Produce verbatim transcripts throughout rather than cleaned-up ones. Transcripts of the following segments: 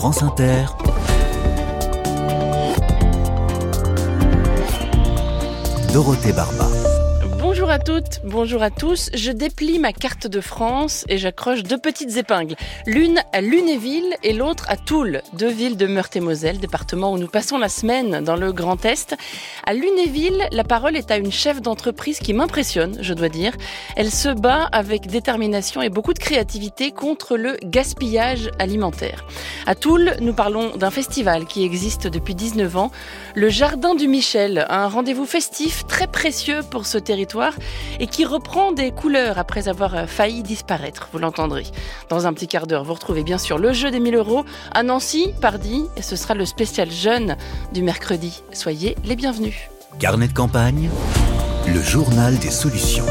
France Inter. Dorothée Barba. Bonjour à toutes, bonjour à tous. Je déplie ma carte de France et j'accroche deux petites épingles. L'une à Lunéville et l'autre à Toul, deux villes de Meurthe-et-Moselle, département où nous passons la semaine dans le Grand Est. À Lunéville, la parole est à une chef d'entreprise qui m'impressionne, je dois dire. Elle se bat avec détermination et beaucoup de créativité contre le gaspillage alimentaire. À Toul, nous parlons d'un festival qui existe depuis dix-neuf ans, le Jardin du Michel, un rendez-vous festif très précieux pour ce territoire et qui reprend des couleurs après avoir failli disparaître, vous l'entendrez. Dans un petit quart d'heure, vous retrouvez bien sûr le jeu des mille euros à Nancy, pardi, et ce sera le spécial jeune du mercredi. Soyez les bienvenus. Carnet de campagne, le journal des solutions.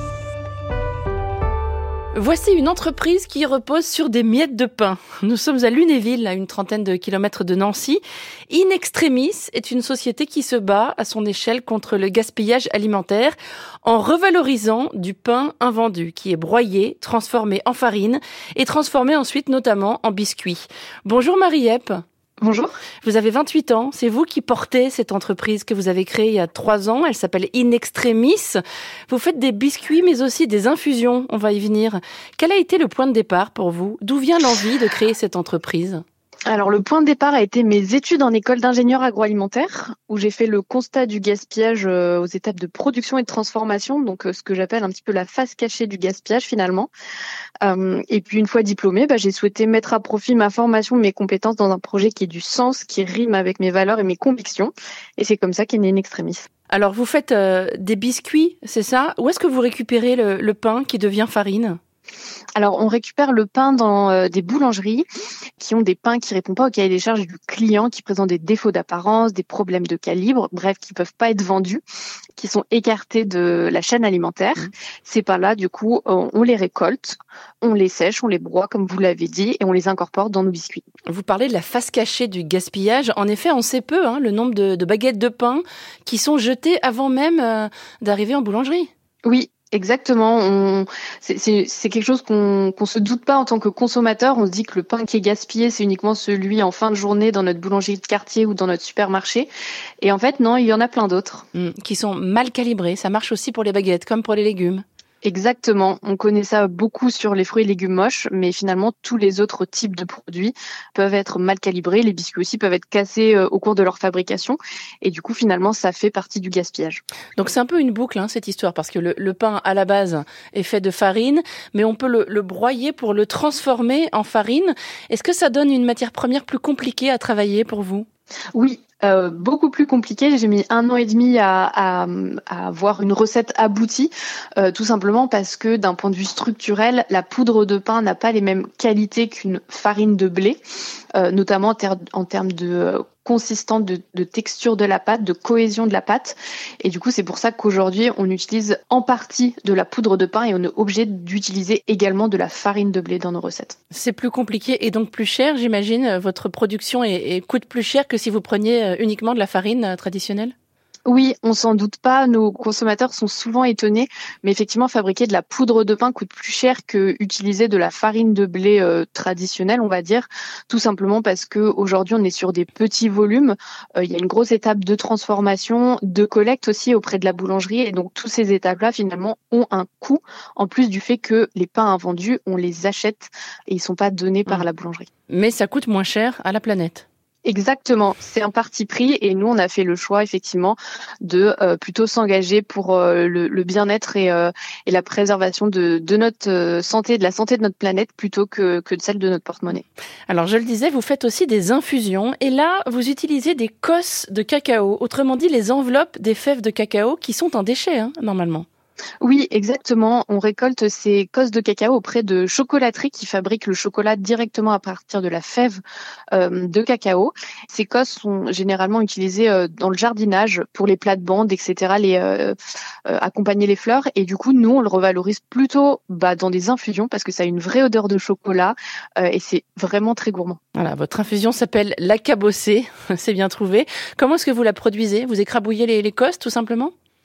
Voici une entreprise qui repose sur des miettes de pain. Nous sommes à Lunéville, à une trentaine de kilomètres de Nancy. In Extremis est une société qui se bat à son échelle contre le gaspillage alimentaire en revalorisant du pain invendu qui est broyé, transformé en farine et transformé ensuite notamment en biscuits. Bonjour Marie-Eppe. Bonjour. Vous avez vingt-huit ans, c'est vous qui portez cette entreprise que vous avez créée il y a trois ans, elle s'appelle In Extremis. Vous faites des biscuits mais aussi des infusions, on va y venir. Quel a été le point de départ pour vous ? D'où vient l'envie de créer cette entreprise ? Alors le point de départ a été mes études en école d'ingénieur agroalimentaire où j'ai fait le constat du gaspillage aux étapes de production et de transformation, donc ce que j'appelle un petit peu la face cachée du gaspillage finalement. Euh, et puis une fois diplômée, bah, j'ai souhaité mettre à profit ma formation, mes compétences dans un projet qui ait du sens, qui rime avec mes valeurs et mes convictions. Et c'est comme ça qu'est né In Extremis. Alors vous faites euh, des biscuits, c'est ça ? Où est-ce que vous récupérez le, le pain qui devient farine ? Alors, on récupère le pain dans euh, des boulangeries qui ont des pains qui répondent pas au cahier des charges du client, qui présentent des défauts d'apparence, des problèmes de calibre, bref, qui peuvent pas être vendus, qui sont écartés de la chaîne alimentaire. Mmh. Ces pains-là, du coup, on, on les récolte, on les sèche, on les broie, comme vous l'avez dit, et on les incorpore dans nos biscuits. Vous parlez de la face cachée du gaspillage. En effet, on sait peu hein, le nombre de, de baguettes de pain qui sont jetées avant même euh, d'arriver en boulangerie. Oui. Exactement, on, c'est, c'est, c'est quelque chose qu'on qu'on se doute pas en tant que consommateur. On se dit que le pain qui est gaspillé, c'est uniquement celui en fin de journée dans notre boulangerie de quartier ou dans notre supermarché. Et en fait, non, il y en a plein d'autres. Mmh, qui sont mal calibrés. Ça marche aussi pour les baguettes, comme pour les légumes. Exactement, on connaît ça beaucoup sur les fruits et légumes moches, mais finalement tous les autres types de produits peuvent être mal calibrés, les biscuits aussi peuvent être cassés au cours de leur fabrication et du coup finalement ça fait partie du gaspillage. Donc c'est un peu une boucle hein, cette histoire parce que le, le pain à la base est fait de farine, mais on peut le, le broyer pour le transformer en farine. Est-ce que ça donne une matière première plus compliquée à travailler pour vous ? Oui. Euh, beaucoup plus compliqué. J'ai mis un an et demi à, à, à avoir une recette aboutie, euh, tout simplement parce que d'un point de vue structurel, la poudre de pain n'a pas les mêmes qualités qu'une farine de blé, euh, notamment en, ter- en termes de euh, consistance, de, de texture de la pâte, de cohésion de la pâte. Et du coup, c'est pour ça qu'aujourd'hui, on utilise en partie de la poudre de pain et on est obligé d'utiliser également de la farine de blé dans nos recettes. C'est plus compliqué et donc plus cher, j'imagine. Votre production est, est, coûte plus cher que si vous preniez uniquement de la farine traditionnelle ? Oui, on s'en doute pas. Nos consommateurs sont souvent étonnés, mais effectivement, fabriquer de la poudre de pain coûte plus cher que utiliser de la farine de blé euh, traditionnelle, on va dire, tout simplement parce que aujourd'hui, on est sur des petits volumes. Euh, il y a une grosse étape de transformation, de collecte aussi auprès de la boulangerie, et donc toutes ces étapes-là, finalement, ont un coût. En plus du fait que les pains invendus, on les achète et ils sont pas donnés par mmh. la boulangerie. Mais ça coûte moins cher à la planète. Exactement, c'est un parti pris et nous on a fait le choix effectivement de euh, plutôt s'engager pour euh, le, le bien-être et, euh, et la préservation de, de notre euh, santé, de la santé de notre planète plutôt que, que de celle de notre porte-monnaie. Alors je le disais, vous faites aussi des infusions et là vous utilisez des cosses de cacao, autrement dit les enveloppes des fèves de cacao qui sont en déchets hein, normalement. Oui, exactement. On récolte ces cosses de cacao auprès de chocolateries qui fabriquent le chocolat directement à partir de la fève euh, de cacao. Ces cosses sont généralement utilisées euh, dans le jardinage pour les plates-bandes, et cetera, les euh, euh, accompagner les fleurs. Et du coup, nous, on le revalorise plutôt bah, dans des infusions parce que ça a une vraie odeur de chocolat euh, et c'est vraiment très gourmand. Voilà, votre infusion s'appelle la cabossée, c'est bien trouvé. Comment est-ce que vous la produisez ? Vous écrabouillez les, les cosses tout simplement ?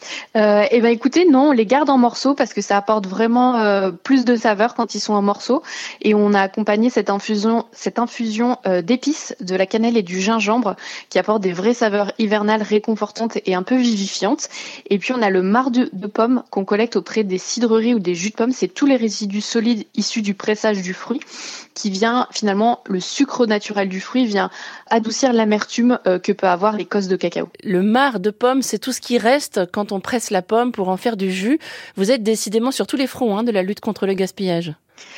Euh, et ben écoutez, non, on les garde en morceaux parce que ça apporte vraiment euh, plus de saveur quand ils sont en morceaux. Et on a accompagné cette infusion, cette infusion euh, d'épices, de la cannelle et du gingembre qui apporte des vraies saveurs hivernales réconfortantes et un peu vivifiantes. Et puis on a le marc de, de pomme qu'on collecte auprès des cidreries ou des jus de pommes. C'est tous les résidus solides issus du pressage du fruit qui vient finalement, le sucre naturel du fruit vient adoucir l'amertume euh, que peut avoir l'écorce de cacao. Le marc de pomme, c'est tout ce qui reste quand on presse la pomme pour en faire du jus. Vous êtes décidément sur tous les fronts hein, de la lutte contre le gaspillage.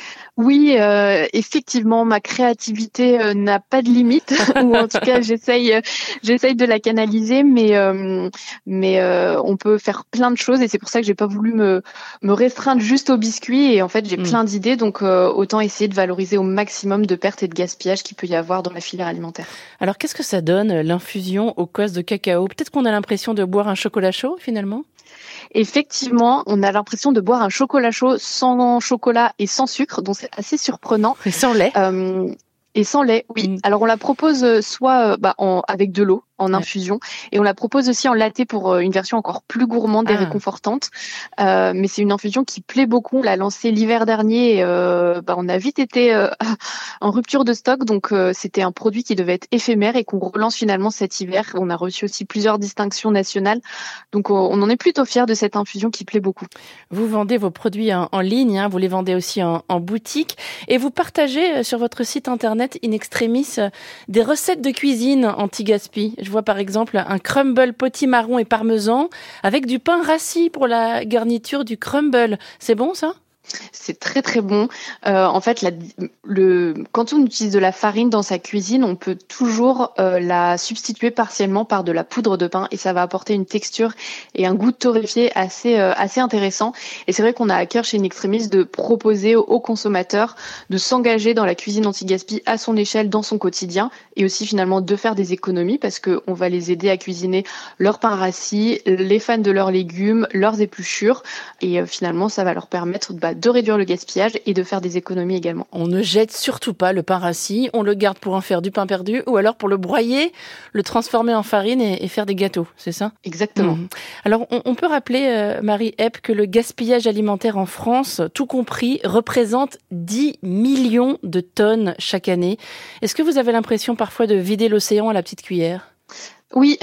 Oui, euh, effectivement, ma créativité euh, n'a pas de limite, ou en tout cas, j'essaye, euh, j'essaye de la canaliser, mais euh, mais euh, on peut faire plein de choses, et c'est pour ça que j'ai pas voulu me me restreindre juste aux biscuits. Et en fait, j'ai mmh. plein d'idées, donc euh, autant essayer de valoriser au maximum de pertes et de gaspillage qu'il peut y avoir dans la filière alimentaire. Alors, qu'est-ce que ça donne l'infusion aux cosses de cacao ? Peut-être qu'on a l'impression de boire un chocolat chaud, finalement ? Effectivement, on a l'impression de boire un chocolat chaud sans chocolat et sans sucre, donc c'est assez surprenant. Et sans lait. Euh, et sans lait, oui. Mmh. Alors on la propose soit bah, en, avec de l'eau, en ouais. infusion, et on la propose aussi en latte pour une version encore plus gourmande et ah. réconfortante. Euh, mais c'est une infusion qui plaît beaucoup. On l'a lancée l'hiver dernier. Et, euh, bah, on a vite été euh, en rupture de stock, donc euh, c'était un produit qui devait être éphémère et qu'on relance finalement cet hiver. On a reçu aussi plusieurs distinctions nationales, donc on, on en est plutôt fiers de cette infusion qui plaît beaucoup. Vous vendez vos produits en, en ligne, hein, vous les vendez aussi en, en boutique, et vous partagez sur votre site internet In Extremis des recettes de cuisine anti-gaspi. Je vois par exemple un crumble potimarron et parmesan avec du pain rassis pour la garniture du crumble. C'est bon ça ? C'est très très bon. Euh, en fait, la, le, quand on utilise de la farine dans sa cuisine, on peut toujours euh, la substituer partiellement par de la poudre de pain et ça va apporter une texture et un goût torréfié assez euh, assez intéressant. Et c'est vrai qu'on a à cœur chez In Extremis de proposer aux consommateurs de s'engager dans la cuisine anti-gaspi à son échelle dans son quotidien et aussi finalement de faire des économies parce que on va les aider à cuisiner leur pain rassis, les fans de leurs légumes, leurs épluchures et euh, finalement ça va leur permettre bah, de réduire le gaspillage et de faire des économies également. On ne jette surtout pas le pain rassis, on le garde pour en faire du pain perdu ou alors pour le broyer, le transformer en farine et, et faire des gâteaux, c'est ça ? Exactement. Mmh. Alors on, on peut rappeler, euh, Marie Epp, que le gaspillage alimentaire en France, tout compris, représente dix millions de tonnes chaque année. Est-ce que vous avez l'impression parfois de vider l'océan à la petite cuillère ? Oui,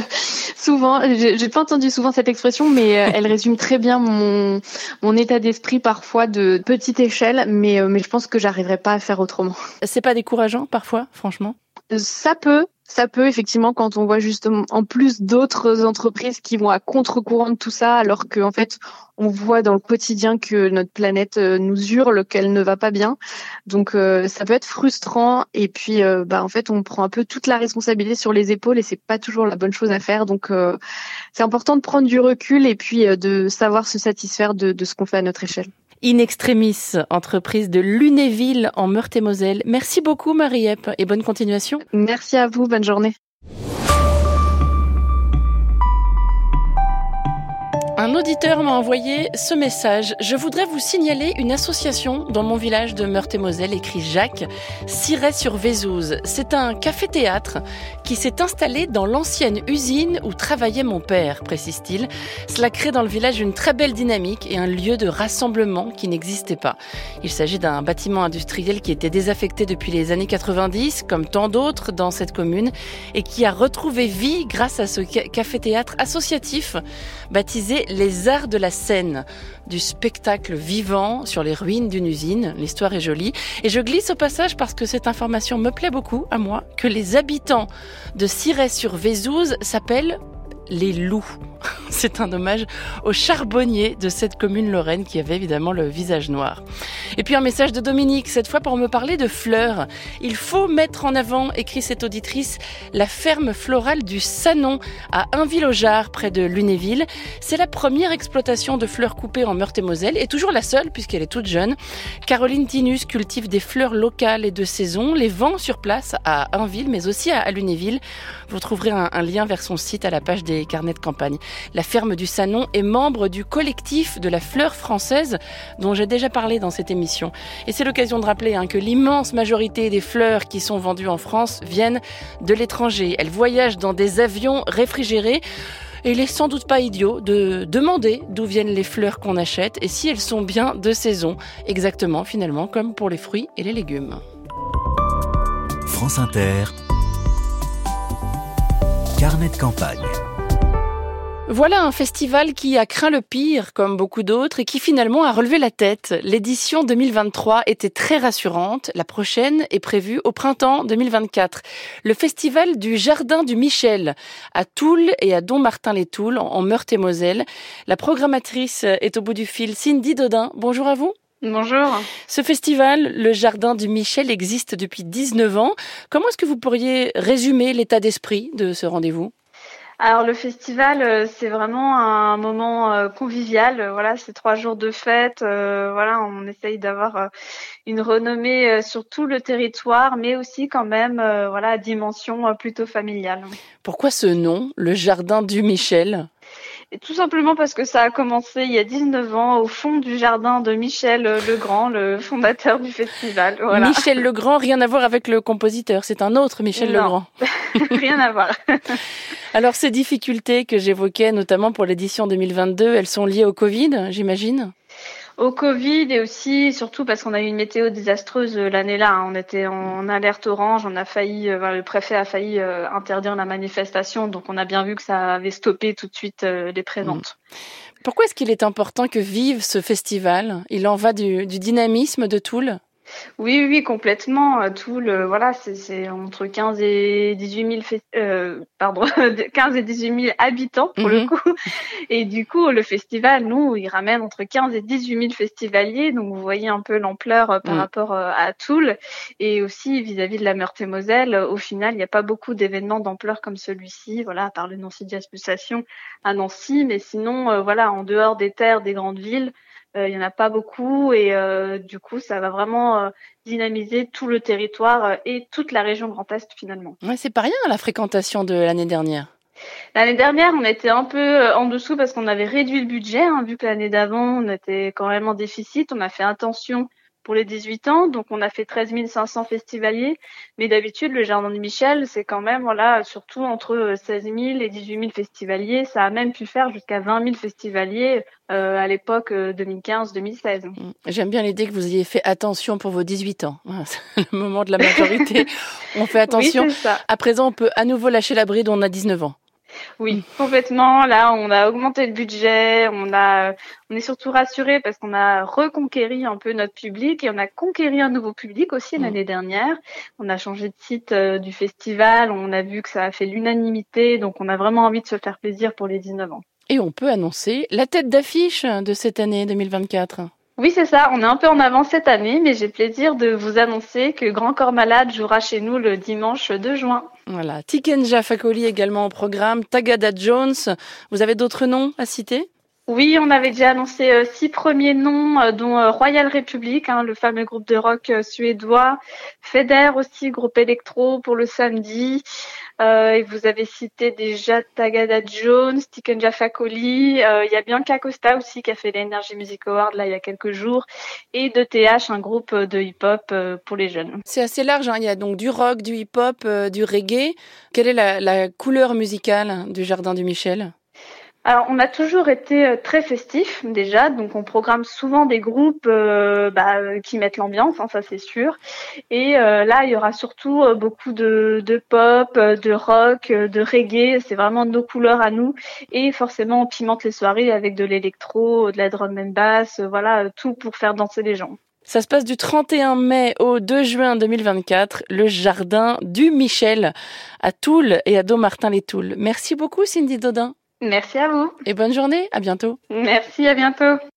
souvent. J'ai, j'ai pas entendu souvent cette expression, mais elle résume très bien mon mon état d'esprit parfois de petite échelle, mais mais je pense que j'arriverai pas à faire autrement. C'est pas décourageant parfois, franchement ? Ça peut. Ça peut, effectivement, quand on voit justement, en plus d'autres entreprises qui vont à contre-courant de tout ça, alors qu'en fait, on voit dans le quotidien que notre planète nous hurle qu'elle ne va pas bien. Donc, euh, ça peut être frustrant. Et puis, euh, bah, en fait, on prend un peu toute la responsabilité sur les épaules et c'est pas toujours la bonne chose à faire. Donc, euh, c'est important de prendre du recul et puis euh, de savoir se satisfaire de, de ce qu'on fait à notre échelle. In Extremis, entreprise de Lunéville en Meurthe-et-Moselle. Merci beaucoup Marie Epp et bonne continuation. Merci à vous, bonne journée. Un auditeur m'a envoyé ce message. Je voudrais vous signaler une association dans mon village de Meurthe-et-Moselle, écrit Jacques, Cirey-sur-Vézouze. C'est un café-théâtre qui s'est installé dans l'ancienne usine où travaillait mon père, précise-t-il. Cela crée dans le village une très belle dynamique et un lieu de rassemblement qui n'existait pas. Il s'agit d'un bâtiment industriel qui était désaffecté depuis les années quatre-vingt-dix, comme tant d'autres dans cette commune, et qui a retrouvé vie grâce à ce café-théâtre associatif baptisé Les Arts de la Scène, du spectacle vivant sur les ruines d'une usine. L'histoire est jolie. Et je glisse au passage, parce que cette information me plaît beaucoup, à moi, que les habitants de Cirey-sur-Vézouze s'appellent les loups. C'est un hommage aux charbonniers de cette commune lorraine qui avait évidemment le visage noir. Et puis un message de Dominique, cette fois pour me parler de fleurs. Il faut mettre en avant, écrit cette auditrice, la ferme florale du Sanon à Ainville-au-Jard, près de Lunéville. C'est la première exploitation de fleurs coupées en Meurthe-et-Moselle et toujours la seule puisqu'elle est toute jeune. Caroline Tinus cultive des fleurs locales et de saison, les vend sur place à Ainville mais aussi à Lunéville. Vous trouverez un, un lien vers son site à la page des carnets de campagne. La ferme du Sanon est membre du collectif de la fleur française dont j'ai déjà parlé dans cette émission. Et c'est l'occasion de rappeler hein, que l'immense majorité des fleurs qui sont vendues en France viennent de l'étranger. Elles voyagent dans des avions réfrigérés. Et il est sans doute pas idiot de demander d'où viennent les fleurs qu'on achète et si elles sont bien de saison. Exactement, finalement, comme pour les fruits et les légumes. France Inter, carnet de campagne. Voilà un festival qui a craint le pire, comme beaucoup d'autres, et qui finalement a relevé la tête. L'édition deux mille vingt-trois était très rassurante. La prochaine est prévue au printemps deux mille vingt-quatre. Le festival du Jardin du Michel, à Toul et à Dommartin-les-Toules, en Meurthe-et-Moselle. La programmatrice est au bout du fil, Cindy Dodin. Bonjour à vous. Bonjour. Ce festival, le Jardin du Michel, existe depuis dix-neuf ans. Comment est-ce que vous pourriez résumer l'état d'esprit de ce rendez-vous ? Alors le festival, c'est vraiment un moment convivial. Voilà, c'est trois jours de fête. Euh, voilà, on essaye d'avoir une renommée sur tout le territoire, mais aussi quand même, euh, voilà, à dimension plutôt familiale. Pourquoi ce nom, le Jardin du Michel ? Et tout simplement parce que ça a commencé il y a dix-neuf ans au fond du jardin de Michel Legrand, le fondateur du festival. Voilà. Michel Legrand, rien à voir avec le compositeur, c'est un autre Michel non. Legrand. Rien à voir. Alors ces difficultés que j'évoquais, notamment pour l'édition deux mille vingt-deux, elles sont liées au Covid, j'imagine ? Au Covid et aussi, surtout parce qu'on a eu une météo désastreuse l'année-là. On était en alerte orange, on a failli, euh, le préfet a failli euh, interdire la manifestation, donc on a bien vu que ça avait stoppé tout de suite euh, les présentes. Pourquoi est-ce qu'il est important que vive ce festival ? Il en va du, du dynamisme de Toul ? Oui, oui, complètement. Toul, voilà, c'est, c'est entre quinze et dix-huit mille, euh, pardon, quinze et dix-huit mille habitants pour mm-hmm. le coup. Et du coup, le festival, nous, il ramène entre quinze et dix-huit mille festivaliers. Donc, vous voyez un peu l'ampleur par mm. rapport à Toul. Et aussi, vis-à-vis de la Meurthe-et-Moselle, au final, il n'y a pas beaucoup d'événements d'ampleur comme celui-ci. Voilà, à part le Nancy Jazz Pulsation à Nancy. Mais sinon, euh, voilà, en dehors des terres, des grandes villes, il euh, y en a pas beaucoup et euh, du coup ça va vraiment euh, dynamiser tout le territoire euh, et toute la région Grand Est finalement. Ouais, c'est pas rien la fréquentation de l'année dernière. L'année dernière, on était un peu en dessous parce qu'on avait réduit le budget, hein, vu que l'année d'avant, on était quand même en déficit. On a fait attention pour les dix-huit ans, donc on a fait treize mille cinq cents festivaliers. Mais d'habitude, le Jardin du Michel, c'est quand même, voilà, surtout entre seize mille et dix-huit mille festivaliers. Ça a même pu faire jusqu'à vingt mille festivaliers euh, à l'époque deux mille quinze deux mille seize. J'aime bien l'idée que vous ayez fait attention pour vos dix-huit ans. C'est le moment de la majorité. On fait attention. Oui, c'est ça. À présent, on peut à nouveau lâcher la bride, on a dix-neuf ans. Oui, complètement. Là, on a augmenté le budget, on a, on est surtout rassuré parce qu'on a reconquéri un peu notre public et on a conquéri un nouveau public aussi mmh. l'année dernière. On a changé de site euh, du festival, on a vu que ça a fait l'unanimité, donc on a vraiment envie de se faire plaisir pour les dix-neuf ans. Et on peut annoncer la tête d'affiche de cette année deux mille vingt-quatre. Oui, c'est ça. On est un peu en avance cette année, mais j'ai plaisir de vous annoncer que Grand Corps Malade jouera chez nous le dimanche deux juin. Voilà. Tikenja Fakoly également au programme, Tagada Jones. Vous avez d'autres noms à citer ? Oui, on avait déjà annoncé euh, six premiers noms, euh, dont euh, Royal Republic, hein, le fameux groupe de rock euh, suédois, Feder aussi, groupe électro pour le samedi. Euh, et vous avez cité déjà Tagada Jones, Tikenja Fakoly. Euh, il y a Bianca Costa aussi qui a fait l'Energy Music Award là il y a quelques jours, et D T H, un groupe de hip-hop euh, pour les jeunes. C'est assez large, hein. Il y a donc du rock, du hip-hop, euh, du reggae. Quelle est la, la couleur musicale du Jardin du Michel ? Alors, on a toujours été très festif déjà, donc on programme souvent des groupes euh, bah, qui mettent l'ambiance, hein, ça c'est sûr. Et euh, là, il y aura surtout euh, beaucoup de, de pop, de rock, de reggae. C'est vraiment nos couleurs à nous. Et forcément, on pimente les soirées avec de l'électro, de la drum and bass, euh, voilà, tout pour faire danser les gens. Ça se passe du trente et un mai au deux juin deux mille vingt-quatre, le Jardin du Michel à Toul et à Dommartin-les-Toules. Merci beaucoup Cindy Dodin. Merci à vous. Et bonne journée, à bientôt. Merci, à bientôt.